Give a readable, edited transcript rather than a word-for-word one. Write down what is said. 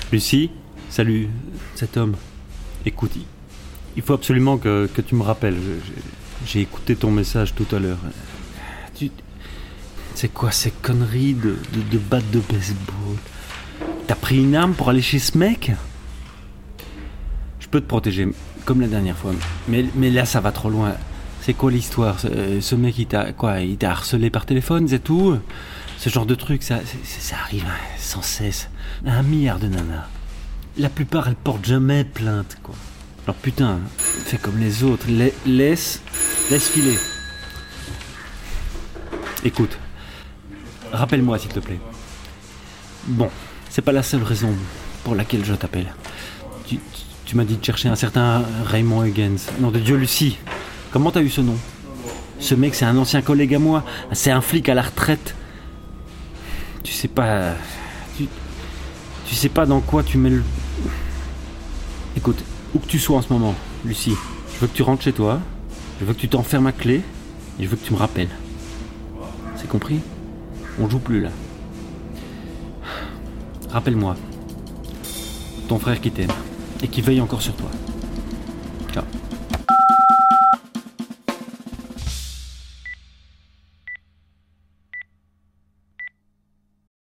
Lucie, salut, cet homme. Écoute, il faut absolument que tu me rappelles. J'ai écouté ton message tout à l'heure. C'est quoi ces conneries de batte de baseball? T'as pris une arme pour aller chez ce mec? Je peux te protéger, comme la dernière fois. Mais là, ça va trop loin. C'est quoi l'histoire? Ce mec, il t'a harcelé par téléphone, c'est tout? Ce genre de truc, ça arrive sans cesse. 1 milliard de nanas. La plupart, elles portent jamais plainte, quoi. Alors putain, fais comme les autres. Laisse filer. Écoute, rappelle-moi, s'il te plaît. Bon, c'est pas la seule raison pour laquelle je t'appelle. Tu m'as dit de chercher un certain Raymond Huygens. Nom de Dieu, Lucie. Comment t'as eu ce nom? Ce mec, c'est un ancien collègue à moi. C'est un flic à la retraite. Tu sais pas... Tu sais pas dans quoi tu mets le... Écoute, où que tu sois en ce moment, Lucie, je veux que tu rentres chez toi, je veux que tu t'enfermes à clé, et je veux que tu me rappelles. C'est compris? On joue plus là. Rappelle-moi. Ton frère qui t'aime, et qui veille encore sur toi.